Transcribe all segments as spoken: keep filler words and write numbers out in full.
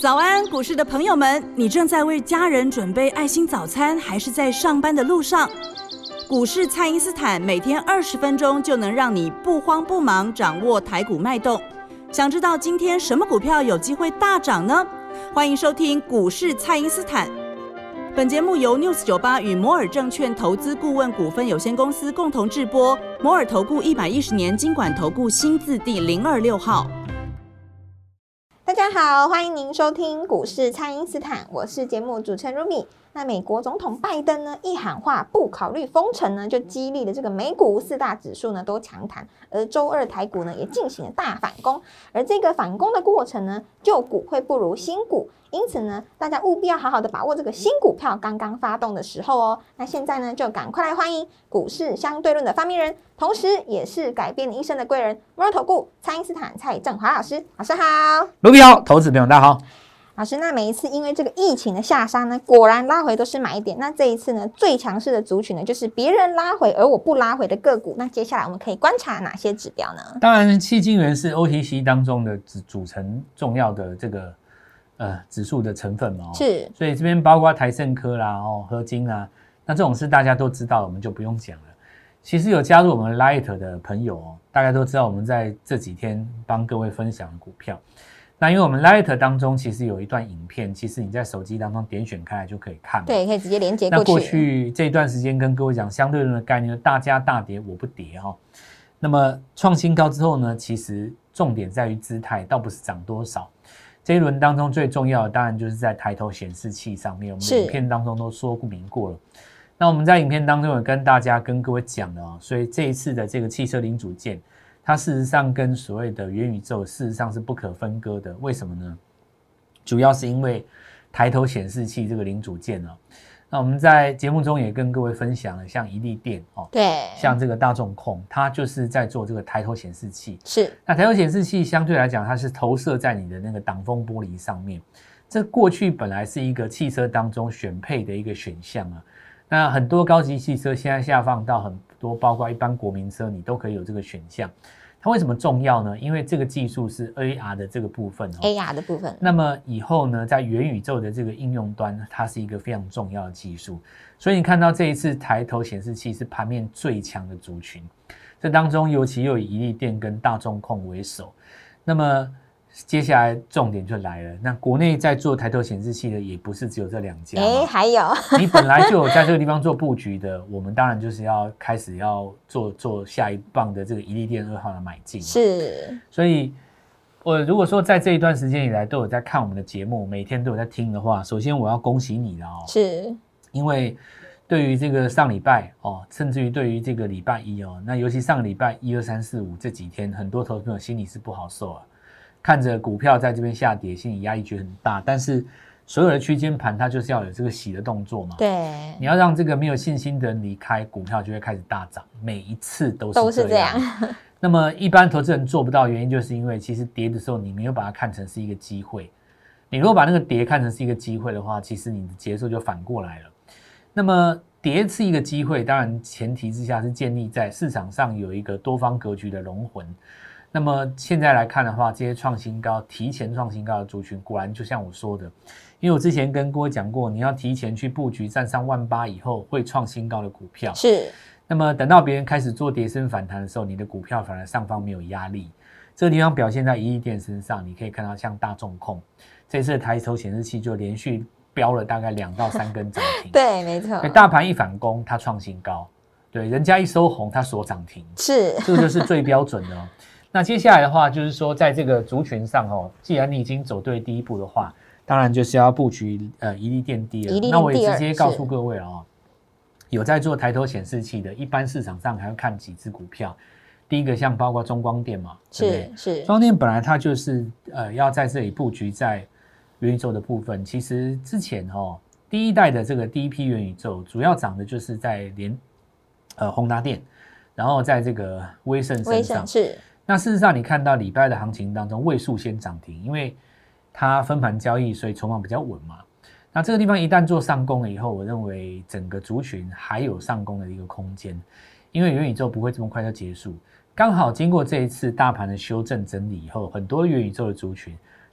早安，股市的朋友们，你正在为家人准备爱心早餐，还是在上班的路上？股市蔡因斯坦每天二十分钟就能让你不慌不忙掌握台股脉动。想知道今天什么股票有机会大涨呢？欢迎收听股市蔡因斯坦。本节目由 News 九十八与摩尔证券投资顾问股份有限公司共同制播，摩尔投顾一百一十年金管投顾新字第零二六号。 大家好，欢迎您收听股市蔡因斯坦，我是节目主持人 Ruby。那美国总统拜登呢一喊话不考虑封城呢，就激励了这个美股四大指数呢都强弹，而周二台股呢也进行了大反攻，而这个反攻的过程呢，旧股会不如新股。因此呢，大家务必要好好的把握这个新股票刚刚发动的时候哦。那现在呢，就赶快来欢迎股市相对论的发明人，同时也是改变你一生的贵人——摩尔投顾蔡因斯坦蔡正华老师。老师好。 卢比好，投资朋友大家好。 老师，那每一次因为这个疫情的下杀呢，果然拉回都是买点。那这一次呢，最强势的族群呢，就是别人拉回而我不拉回的个股。那接下来我们可以观察哪些指标呢？ 当然，矽晶圆是 O T C 当中的组成重要的这个呃指数的成分嘛、哦， 是， 所以这边包括台盛科啦、哦合晶啦，那这种是大家都知道，我们就不用讲了。其实有加入我们 Light 的朋友哦，大家都知道我们在这几天帮各位分享的股票。那因为我们 Light 当中其实有一段影片，其实你在手机当中点选开来就可以看， 对，可以直接连接过去。 那过去这一段时间跟各位讲相对论的概念，大家大跌我不跌哈、哦。那么创新高之后呢，其实重点在于姿态，倒不是涨多少。这一轮当中最重要的当然就是在抬头显示器上面，我们的影片当中都说明过了。那我们在影片当中有跟大家跟各位讲了哦，所以这一次的这个汽车零组件，它事实上跟所谓的元宇宙事实上是不可分割的。为什么呢？主要是因为抬头显示器这个零组件哦。那我们在节目中也跟各位分享了，像一力电哦， 对， 像这个大众控，它就是在做这个抬头显示器。 是， 那抬头显示器相对来讲，它是投射在你的那个挡风玻璃上面。这过去本来是一个汽车当中选配的一个选项啊。那很多高级汽车现在下放到很多，包括一般国民车，你都可以有这个选项。它为什么重要呢？因为这个技术是 A R 的这个部分、哦、 A R 的部分。 那么以后呢，在元宇宙的这个应用端，它是一个非常重要的技术。所以你看到这一次抬头显示器是盘面最强的族群，这当中尤其又以一力电跟大众控为首。那么接下来重点就来了，那国内在做抬头显示器的也不是只有这两家， 哎，还有你本来就有在这个地方做布局的，我们当然就是要开始要做做下一棒的这个一力电二号的买进。 是， 所以我如果说在这一段时间以来都有在看我们的节目，每天都有在听的话，首先我要恭喜你了哦， 是因为对于这个上礼拜哦，甚至于对于这个礼拜一哦，那尤其上个礼拜一二三四五这几天，很多投资朋友心里是不好受啊。看着股票在这边下跌，心理压力觉得很大，但是所有的区间盘它就是要有这个洗的动作嘛。 对， 你要让这个没有信心的人离开，股票就会开始大涨，每一次都是这样。 都是这样。 那么一般投资人做不到，原因就是因为其实跌的时候你没有把它看成是一个机会。你如果把那个跌看成是一个机会的话，其实你的节奏就反过来了。那么跌是一个机会，当然前提之下是建立在市场上有一个多方格局的龙魂。那么现在来看的话，这些创新高、提前创新高的族群，果然就像我说的，因为我之前跟各位讲过，你要提前去布局站上万八以后会创新高的股票。 是。 那么等到别人开始做跌升反弹的时候，你的股票反而上方没有压力。这个地方表现在一力电身上，你可以看到像大众控，这次的抬头显示器就连续飙了大概两到三根涨停。 对，没错。 大盘一反攻，它创新高；对，人家一收红，它锁涨停。 是， 这个就是最标准的哦。那接下来的话，就是说，在这个族群上哦，既然你已经走对第一步的话，当然就是要布局呃一力电第二。那我也直接告诉各位了哦，有在做抬头显示器的，一般市场上还要看几只股票。第一个像包括中光电嘛，对不对？ 是是。 中光电本来它就是呃要在这里布局在元宇宙的部分。其实之前哦，第一代的这个第一批元宇宙，主要涨的就是在联呃宏达电，然后在这个威盛身上。 是。 那事实上，你看到礼拜的行情当中，位数先涨停，因为它分盘交易，所以筹码比较稳嘛。那这个地方一旦做上攻了以后，我认为整个族群还有上攻的一个空间，因为元宇宙不会这么快就结束。刚好经过这一次大盘的修正整理以后，很多元宇宙的族群，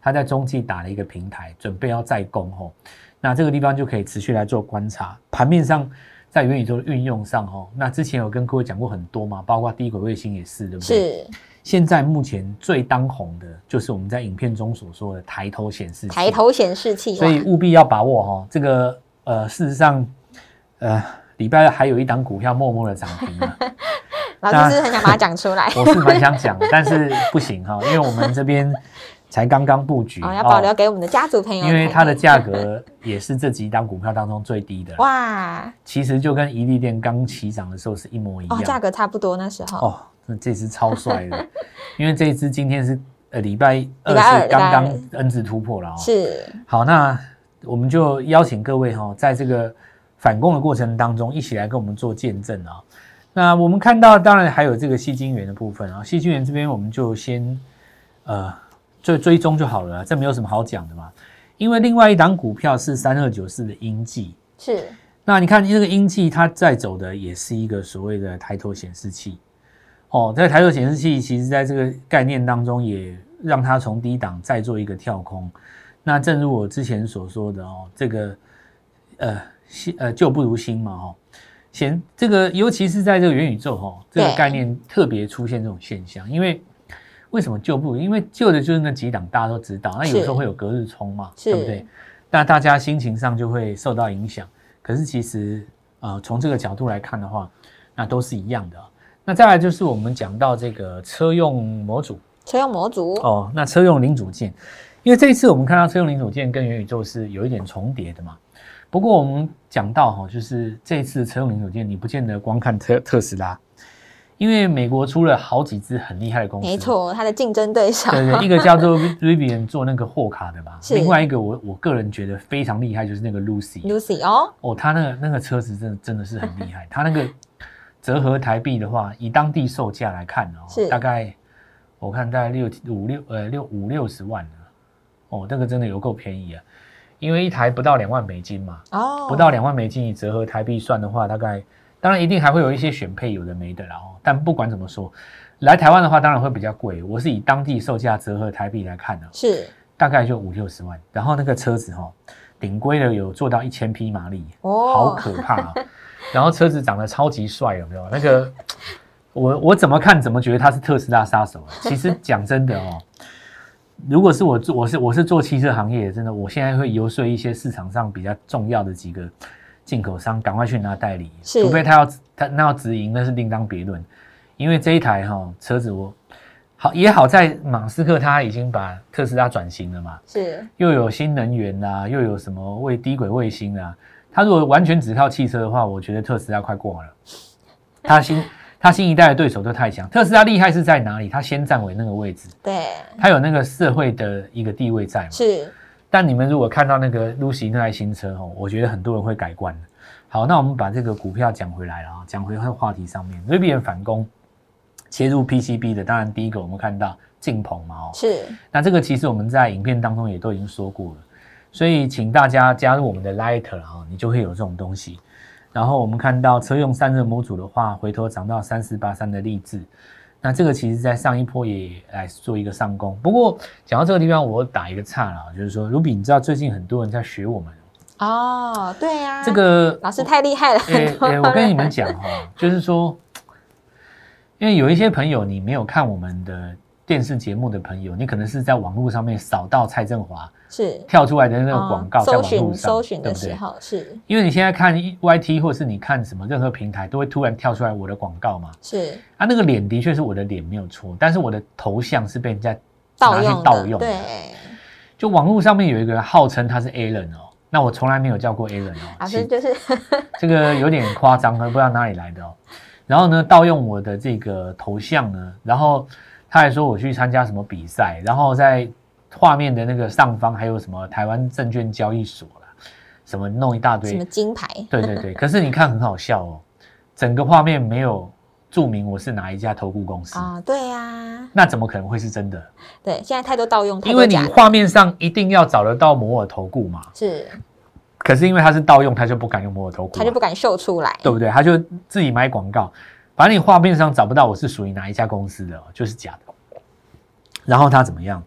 它在中继打了一个平台，准备要再攻哦。那这个地方就可以持续来做观察。盘面上在元宇宙的运用上哦，那之前有跟各位讲过很多嘛，包括低轨卫星也是，对不对？ 是。 现在目前最当红的就是我们在影片中所说的抬头显示器， 抬头显示器， 所以务必要把握哦。这个呃，事实上，呃，礼拜还有一档股票默默的涨停了。 老师是不是很想把它讲出来？ 我是蛮想讲的，但是不行哈，因为我们这边才刚刚布局， 哦，要保留给我们的家族朋友， 因为它的价格也是这几档股票当中最低的。 哇， 其实就跟宜利电刚起涨的时候是一模一样， 哦，价格差不多那时候。 哦。那这支超帅的，因为这一支今天是呃礼拜二是刚刚 N 字突破了哦。 是。 好，那我们就邀请各位哈、哦，在这个反攻的过程当中，一起来跟我们做见证啊、哦。那我们看到，当然还有这个矽晶圆的部分啊，矽晶圆这边我们就先呃追追踪就好了，这没有什么好讲的嘛。因为另外一档股票是三二九四的英记， 是。 那你看这个英记，它在走的也是一个所谓的抬头显示器。哦，这个抬头显示器其实在这个概念当中也让它从低档再做一个跳空。那正如我之前所说的哦，这个呃新呃旧不如新嘛哦，显这个尤其是在这个元宇宙哦，这个概念特别出现这种现象。因为为什么旧不如？因为旧的就是那几档大家都知道，那有时候会有隔日冲嘛，对不对？那大家心情上就会受到影响。可是其实呃从这个角度来看的话，那都是一样的。那再来就是我们讲到这个车用模组， 车用模组哦，那车用零组件，因为这一次我们看到车用零组件跟元宇宙是有一点重叠的嘛。不过我们讲到哈，就是这一次的车用零组件，你不见得光看特特斯拉，因为美国出了好几支很厉害的公司， 没错，它的竞争对手， 对对，一个叫做 Rivian 做那个货卡的嘛，另外一个我我个人觉得非常厉害，就是那个 Lucy，Lucy 哦， 哦，他那个那个车子真的真的是很厉害，他那个。折合台币的话，以当地售价来看哦，大概我看大概六五六呃六五六十万了，哦，这个真的有够便宜啊！因为一台不到两万美金嘛，哦，不到两万美金，以折合台币算的话，大概当然一定还会有一些选配有的没的啦哦。但不管怎么说，来台湾的话当然会比较贵。我是以当地售价折合台币来看的， 是大概就五六十万。然后那个车子哈、哦，顶规的有做到一千匹马力，哦，好可怕啊！然后车子长得超级帅，有没有？那个我我怎么看怎么觉得他是特斯拉杀手啊！其实讲真的哦，如果是我做我是我是做汽车行业的，真的，我现在会游说一些市场上比较重要的几个进口商，赶快去拿代理，除非他要他那要直营，那是另当别论。因为这一台哈、哦、车子我好也好在马斯克他已经把特斯拉转型了嘛， 是又有新能源啦、啊，又有什么为低轨卫星啊。他如果完全只靠汽车的话，我觉得特斯拉快挂了。他新他新一代的对手都太强。特斯拉厉害是在哪里？他先站稳那个位置， 对， 他有那个社会的一个地位在嘛。 是。 但你们如果看到那个 Lucy 那台新车哦，我觉得很多人会改观的。好，那我们把这个股票讲回来了啊，讲回话题上面。Rivian 反攻切入 P C B 的，当然第一个我们看到晋鹏嘛哦， 是。那这个其实我们在影片当中也都已经说过了。所以请大家加入我们的 Lighter 啊，你就会有这种东西。然后我们看到车用散热模组的话，回头涨到三四八三的励志，那这个其实在上一波也来做一个上攻。不过讲到这个地方，我打一个岔啦，就是说 Ruby， 你知道最近很多人在学我们哦，对呀、啊， 这个老师太厉害了。 欸欸、我跟你们讲哈，就是说，因为有一些朋友你没有看我们的电视节目的朋友，你可能是在网络上面扫到蔡振华是跳出来的那个广告，在网络上搜寻的时候，是因为你现在看 Y T 或是你看什么任何平台，都会突然跳出来我的广告嘛。 是啊，那个脸的确是我的脸没有错，但是我的头像是被人家拿去盗用的。 对， 就网络上面有一个人号称他是 Alan 哦，那我从来没有叫过 Alan 哦， 老师就是这个有点夸张，不知道哪里来的哦。然后呢，盗用我的这个头像呢，然后他还说我去参加什么比赛，然后在画面的那个上方还有什么台湾证券交易所啦，什么弄一大堆什么金牌， 对对对。可是你看很好笑哦，整个画面没有注明我是哪一家投顾公司啊、哦？对呀、啊， 那怎么可能会是真的？ 对，现在太多盗用， 因为你画面上一定要找得到摩尔投顾嘛， 是。 可是因为他是盗用，他就不敢用摩尔投顾， 他就不敢秀出来， 对不对？他就自己买广告，反正你画面上找不到我是属于哪一家公司的，就是假的。然后他怎么样？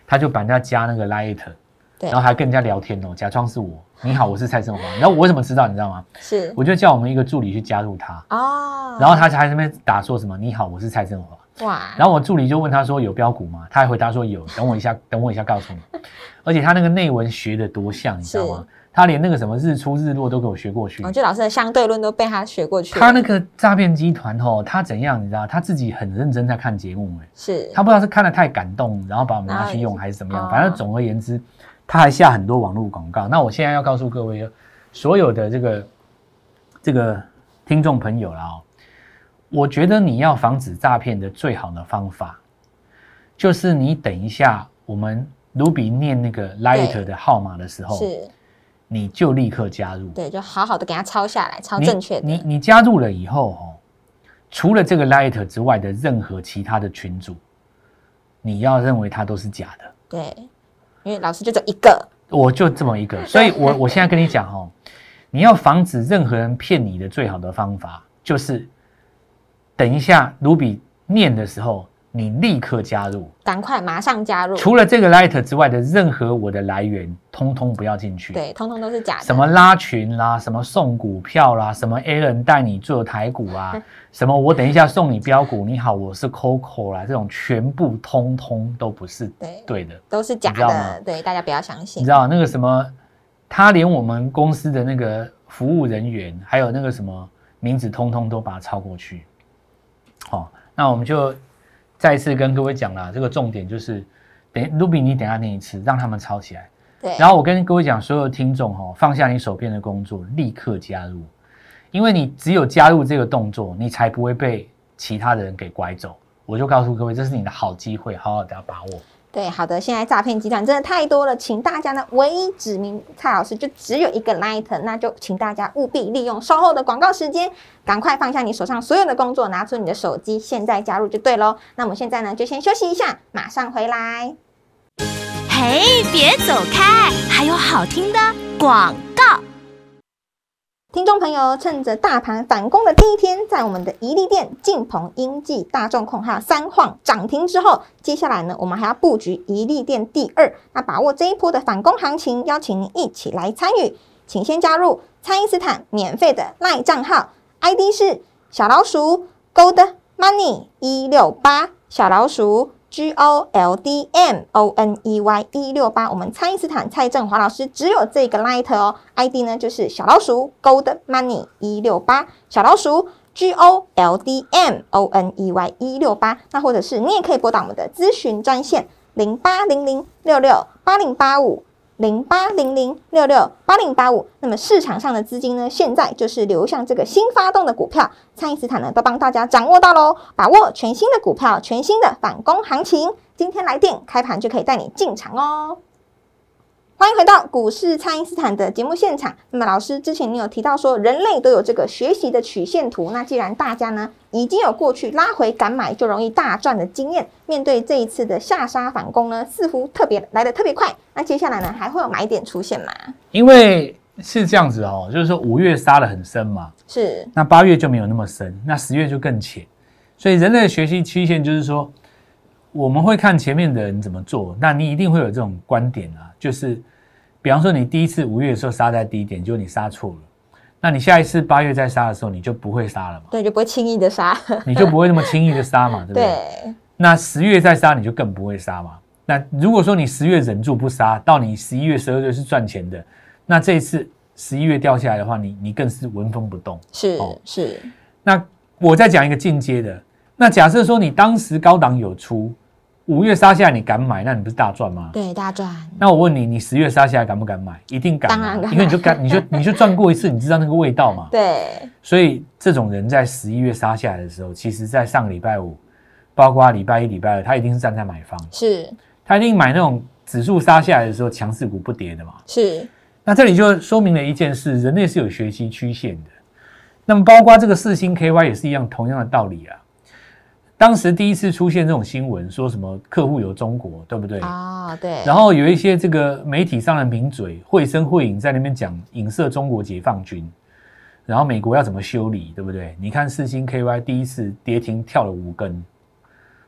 他就把人家加那个 Line， 对， 然后还跟人家聊天哦，假装是我，你好，我是蔡振华。然后我为什么知道，你知道吗？ 是， 我就叫我们一个助理去加入他哦，然后他还在那边打说什么你好，我是蔡振华。哇！然后我助理就问他说有标股吗？他还回答说有，等我一下，等我一下告诉你。而且他那个内文学的多像，你知道吗？他连那个什么日出日落都给我学过去， 哦，就老师的相对论都被他学过去。 他那个诈骗集团吼，他怎样你知道？他自己很认真在看节目，哎， 是他不知道是看得太感动，然后把我们拿去用还是怎么样。反正总而言之，他还下很多网络广告。那我现在要告诉各位，所有的这个这个听众朋友啦哦，我觉得你要防止诈骗的最好的方法，就是你等一下我们Ruby念那个 Light 的号码的时候，是。你就立刻加入， 对，就好好的给它抄下来，抄正确的。 你 你, 你加入了以后哦，除了这个 Light 之外的任何其他的群组，你要认为它都是假的。 对，因为老师就只有一个， 我就这么一个，所以我我现在跟你讲哦，你要防止任何人骗你的最好的方法，就是等一下Ruby念的时候。你立刻加入， 赶快马上加入。 除了这个 Light 之外的任何我的来源，通通不要进去。 对，通通都是假的。 什么拉群啦，什么送股票啦，什么 Alan 带你做台股啊，什么我等一下送你标股，你好，我是 Coco 啦，这种全部通通都不是对对的， 都是假的。对，大家不要相信。 你知道那个什么，他连我们公司的那个服务人员，还有那个什么名字，通通都把它抄过去。好、哦，那我们就。再一次跟各位讲啦，这个重点就是等 Ruby 你等一下念一次，让他们抄起来。对，然后我跟各位讲，所有听众哦，放下你手边的工作，立刻加入，因为你只有加入这个动作，你才不会被其他的人给拐走。我就告诉各位，这是你的好机会，好好的要把握。 对，好的，现在诈骗集团真的太多了，请大家呢唯一指明蔡老师就只有一个 Light， 那就请大家务必利用稍后的广告时间，赶快放下你手上所有的工作，拿出你的手机，现在加入就对咯。那我们现在呢就先休息一下，马上回来。 嘿，别走开，还有好听的广告。 听众朋友，趁着大盘反攻的第一天，在我们的怡利电、晋鹏、英记、大众控还有三晃涨停之后，接下来呢，我们还要布局怡利电第二。那把握这一波的反攻行情，邀请您一起来参与，请先加入蔡因斯坦免费的 LINE 账号 ，I D 是小老鼠 Gold Money 一六八，小老鼠。G O L D M O N E Y 一六八，我们蔡因斯坦蔡振华老师只有这个 Light 哦 ，I D 呢就是小老鼠 Gold Money 一六八，小老鼠 G O L D M O N E Y 一六八，那或者是你也可以拨打我们的咨询专线零八零零六六八零八五。零八零零六六八零八五，那么市场上的资金呢，现在就是流向这个新发动的股票，蔡因斯坦呢都帮大家掌握到喽，把握全新的股票，全新的反攻行情，今天来电开盘就可以带你进场哦。欢迎回到股市蔡因斯坦的节目现场。那么老师之前你有提到说，人类都有这个学习的曲线图，那既然大家呢已经有过去拉回敢买就容易大赚的经验，面对这一次的下杀反攻呢，似乎特别来得特别快。那接下来呢，还会有买点出现吗？ 因为是这样子哦，就是说五月杀得很深嘛，是，那八月就没有那么深，那十月就更浅，所以人类的学习曲线就是说，我们会看前面的人怎么做，那你一定会有这种观点啊，就是比方说你第一次五月的时候杀在低点，结果你杀错了，那你下一次八月再杀的时候，你就不会杀了嘛？ 对，就不会轻易的杀， 你就不会那么轻易的杀嘛，对不对？对。那十月再杀，你就更不会杀嘛。那如果说你十月忍住不杀，到你十一月、十二月是赚钱的，那这一次十一月掉下来的话，你你更是纹风不动。 是、哦、是。 那我再讲一个进阶的，那假设说你当时高档有出，五月杀下来你敢买，那你不是大赚吗？ 对，大赚。 那我问你，你十月杀下来敢不敢买？一定敢， 当然敢， 因为你就敢，你就你就赚过一次，你知道那个味道嘛。 对。 所以这种人在十一月杀下来的时候，其实在上个礼拜五，包括礼拜一、礼拜二，他一定是站在买方。是。他一定买那种指数杀下来的时候，强势股不跌的嘛。是。那这里就说明了一件事，人类是有学习曲线的。那么包括这个四星 K Y 也是一样，同样的道理啊。当时第一次出现这种新闻，说什么客户有中国，对不对？啊，对。然后有一些这个媒体上人名嘴，绘声绘影在那边讲影射中国解放军，然后美国要怎么修理，对不对？你看四星 K Y 第一次跌停跳了五根，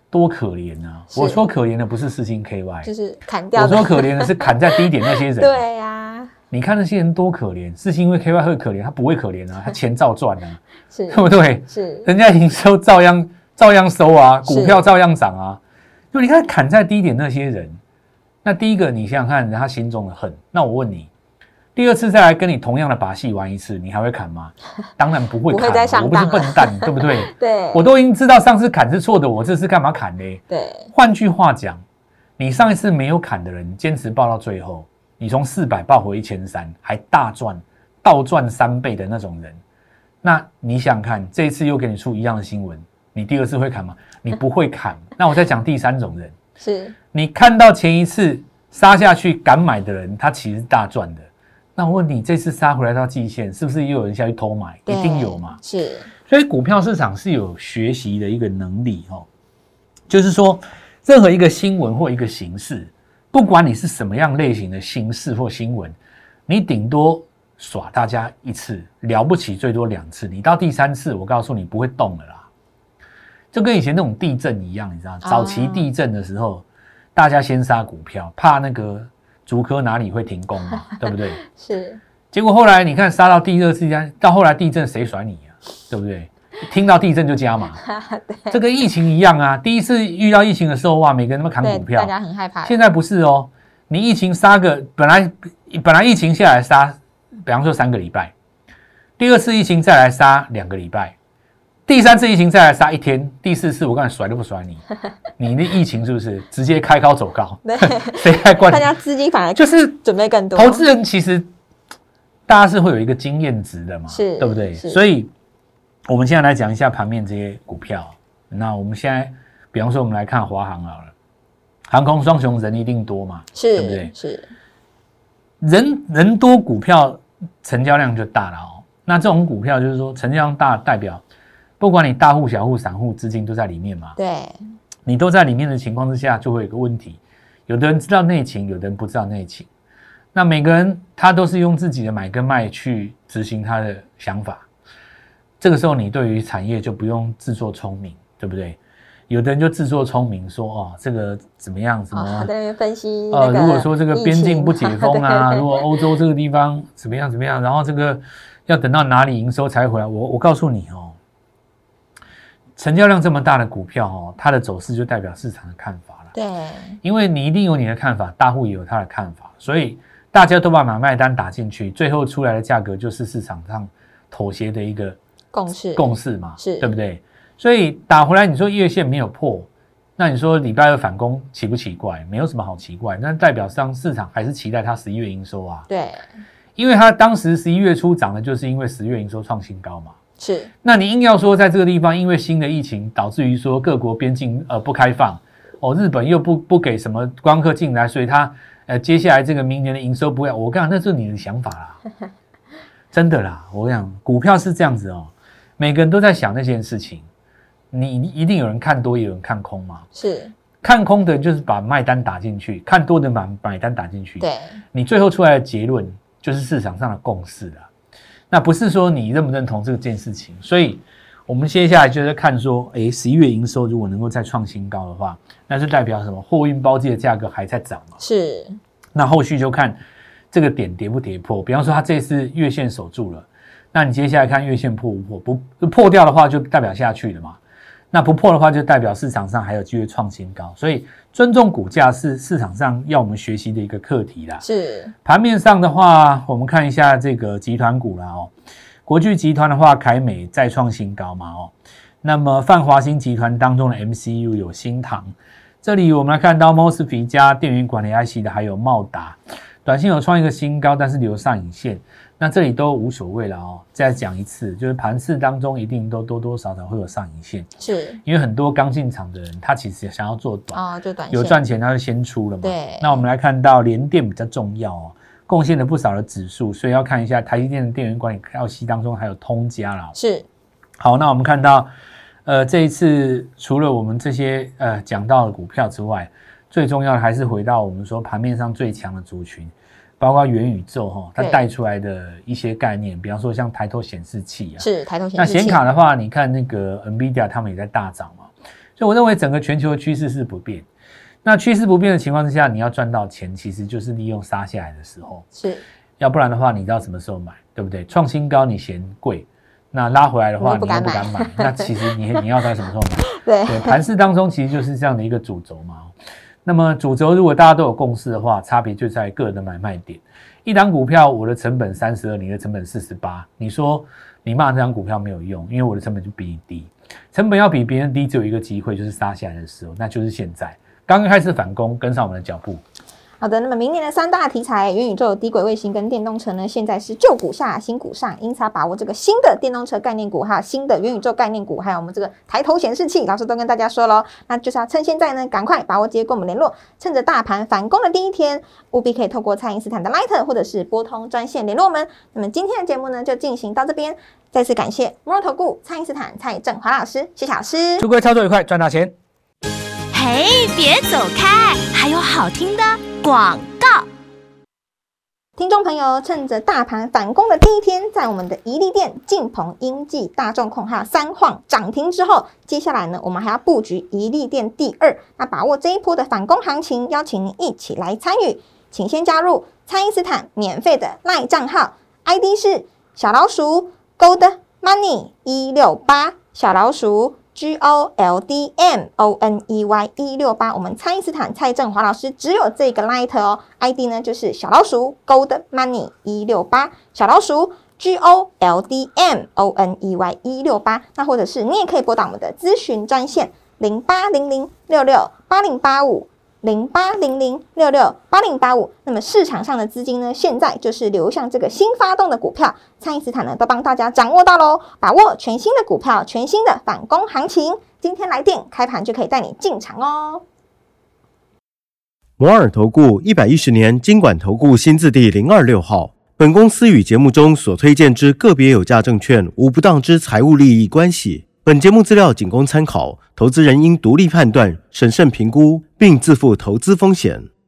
多可怜啊！我说可怜的不是世芯 K Y， 就是砍掉的。 我说可怜的是砍在低点那些人。 对呀、啊， 你看那些人多可怜，世芯因为 K Y 会可怜，他不会可怜啊，他钱照赚啊， 是， 对不对？ 是， 人家营收照样照样收啊，股票照样涨啊。就你看砍在低点那些人，那第一个你想想看，他心中的恨。那我问你，第二次再来跟你同样的把戏玩一次，你还会砍吗？当然不会砍， 不会再上我不是笨蛋，对不对？ 对， 我都已经知道上次砍是错的，我这次干嘛砍呢？ 对， 换句话讲，你上一次没有砍的人，坚持抱到最后，你从四百抱回一千三，还大赚，倒赚三倍的那种人，那你想看，这一次又给你出一样的新闻，你第二次会砍吗？你不会砍。那我再讲第三种人， 是你看到前一次杀下去敢买的人，他其实大赚的。那我问你，这次杀回来到季线，是不是又有人下去偷买？一定有嘛。 是， 所以股票市场是有学习的一个能力哦，就是说，任何一个新闻或一个形式，不管你是什么样类型的形式或新闻，你顶多耍大家一次，了不起最多两次，你到第三次，我告诉你不会动了啦。就跟以前那种地震一样，你知道，早期地震的时候，哦、大家先杀股票，怕那个竹科哪里会停工嘛，对不对？ 是。 结果后来你看杀到第二次，到后来地震谁甩你啊？对不对？听到地震就加码。这跟疫情一样啊，第一次遇到疫情的时候，哇，每个人都砍股票， 大家很害怕。 现在不是哦，你疫情杀个本来本来疫情下来杀，比方说三个礼拜，第二次疫情再来杀两个礼拜。第三次疫情再来杀一天，第四次我刚才甩都不甩你，你的疫情是不是直接开高走高？ 对， 谁还管你？ 大家资金反而就是准备更多。 投资人其实大家是会有一个经验值的嘛， 是， 对不对？所以我们现在来讲一下盘面这些股票。那我们现在，比方说我们来看华航好了，航空双雄人一定多嘛， 是， 对不对？ 是， 人人多，股票成交量就大了哦。那这种股票就是说成交量大，代表不管你大户、小户、散户资金都在里面嘛。 对， 你都在里面的情况之下，就会有一个问题：有的人知道内情，有的人不知道内情。那每个人他都是用自己的买跟卖去执行他的想法。这个时候，你对于产业就不用自作聪明，对不对？有的人就自作聪明说：“哦，这个怎么样？怎么？” 哦、在那边分析、 那个。呃，如果说这个边境不解封啊，如果欧洲这个地方怎么样怎么样，然后这个要等到哪里营收才回来？我我告诉你哦。成交量这么大的股票哦，它的走势就代表市场的看法了。 对， 因为你一定有你的看法，大户也有他的看法，所以大家都把买卖单打进去，最后出来的价格就是市场上妥协的一个共识， 共识嘛， 是对不对？所以打回来，你说月线没有破，那你说礼拜二反攻奇不奇怪？没有什么好奇怪，那代表上市场还是期待它十一月营收啊。 对， 因为它当时十一月初涨的，就是因为十月营收创新高嘛。 是， 那你硬要说在这个地方，因为新的疫情导致于说各国边境呃不开放，哦，日本又不不给什么观光客进来，所以它呃接下来这个明年的营收不要，我跟你讲，那是你的想法啦，真的啦，我跟你讲，股票是这样子哦，每个人都在想那件事情，你一定有人看多，也有人看空嘛， 是， 看空的就是把卖单打进去，看多的把买单打进去， 对， 你最后出来的结论就是市场上的共识啦。那不是说你认不认同这件事情，所以我们接下来就是看说，诶，十一月营收如果能够再创新高的话，那就代表什么？货运包机的价格还在涨嘛。 是。 那后续就看这个点跌不跌破，比方说它这次月线守住了，那你接下来看月线破不破？不破掉的话，就代表下去了嘛。那不破的话，就代表市场上还有机会创新高，所以尊重股价是市场上要我们学习的一个课题啦。 是盘面上的话，我们看一下这个集团股啦哦，国巨集团的话，凯美再创新高嘛哦，那么泛华新集团当中的 M C U 有新唐，这里我们来看到 M O S F E T 加电源管理 I C 的还有茂达，短线有创一个新高，但是留上影线。那这里都无所谓了哦，再讲一次，就是盘势当中一定都多多少少会有上影线， 是因为很多刚进场的人，他其实想要做短， 哦，就短线有赚钱他就先出了嘛。 对， 那我们来看到联电比较重要哦，贡献了不少的指数，所以要看一下台积电的电源管理 I C 当中还有通家啦。 是， 好，那我们看到，呃，这一次除了我们这些呃讲到的股票之外，最重要的还是回到我们说盘面上最强的族群。包括元宇宙哈，它带出来的一些概念，比方说像抬头显示器啊， 是抬头显示器。 那显卡的话，你看那个 Nvidia 他们也在大涨嘛， 所以我认为整个全球的趋势是不变。那趋势不变的情况之下，你要赚到钱，其实就是利用杀下来的时候， 是， 要不然的话，你知道什么时候买，对不对？创新高你嫌贵，那拉回来的话，你又不敢买，那其实你你要在什么时候买？ 对， 对，盘势当中其实就是这样的一个主轴嘛。那么主轴如果大家都有共识的话，差别就在个人的买卖点。一档股票我的成本三十二，你的成本四十八，你说你骂这张股票没有用，因为我的成本就比你低，成本要比别人低，只有一个机会，就是杀下来的时候，那就是现在。刚刚开始反攻，跟上我们的脚步。 好的，那么明年的三大题材，元宇宙、低轨卫星跟电动车呢，现在是旧股下新股上，因此要把握这个新的电动车概念股，还有新的元宇宙概念股，还有我们这个抬头显示器，老师都跟大家说咯，那就是要趁现在呢，赶快把握机会跟我们联络，趁着大盘反攻的第一天，务必可以透过蔡因斯坦的 Line 或者是拨通专线联络我们。那么今天的节目呢，就进行到这边，再次感谢摩尔投顾蔡因斯坦蔡正华老师，谢谢老师， 祝各位操作愉快，赚大钱。 嘿，别走开，还有好听的广告。 听众朋友，趁着大盘反攻的第一天，在我们的怡利电、晋鹏、英记、大众控还有三晃涨停之后，接下来呢，我们还要布局怡利电第二，那把握这一波的反攻行情，邀请您一起来参与，请先加入蔡因斯坦免费的 LINE 账号 ，I D 是小老鼠 Gold Money 一六八，小老鼠。G O L D M O N E Y 一六八，我们蔡因斯坦蔡正华老师只有这个 Line 哦 ，I D 呢就是小老鼠 Gold Money 一六八，小老鼠 G O L D M O N E Y 一六八，那或者是你也可以拨打我们的咨询专线零八零零六六八零八五。零八零零六六八零八五，那么市场上的资金呢，现在就是流向这个新发动的股票，蔡因斯坦呢都帮大家掌握到喽，把握全新的股票，全新的反攻行情，今天来电开盘就可以带你进场哦。 摩尔投顾一百一十年金管投顾新字第零二六号，本公司与节目中所推荐之个别有价证券无不当之财务利益关系。本节目资料仅供参考，投资人应独立判断、审慎评估，并自负投资风险。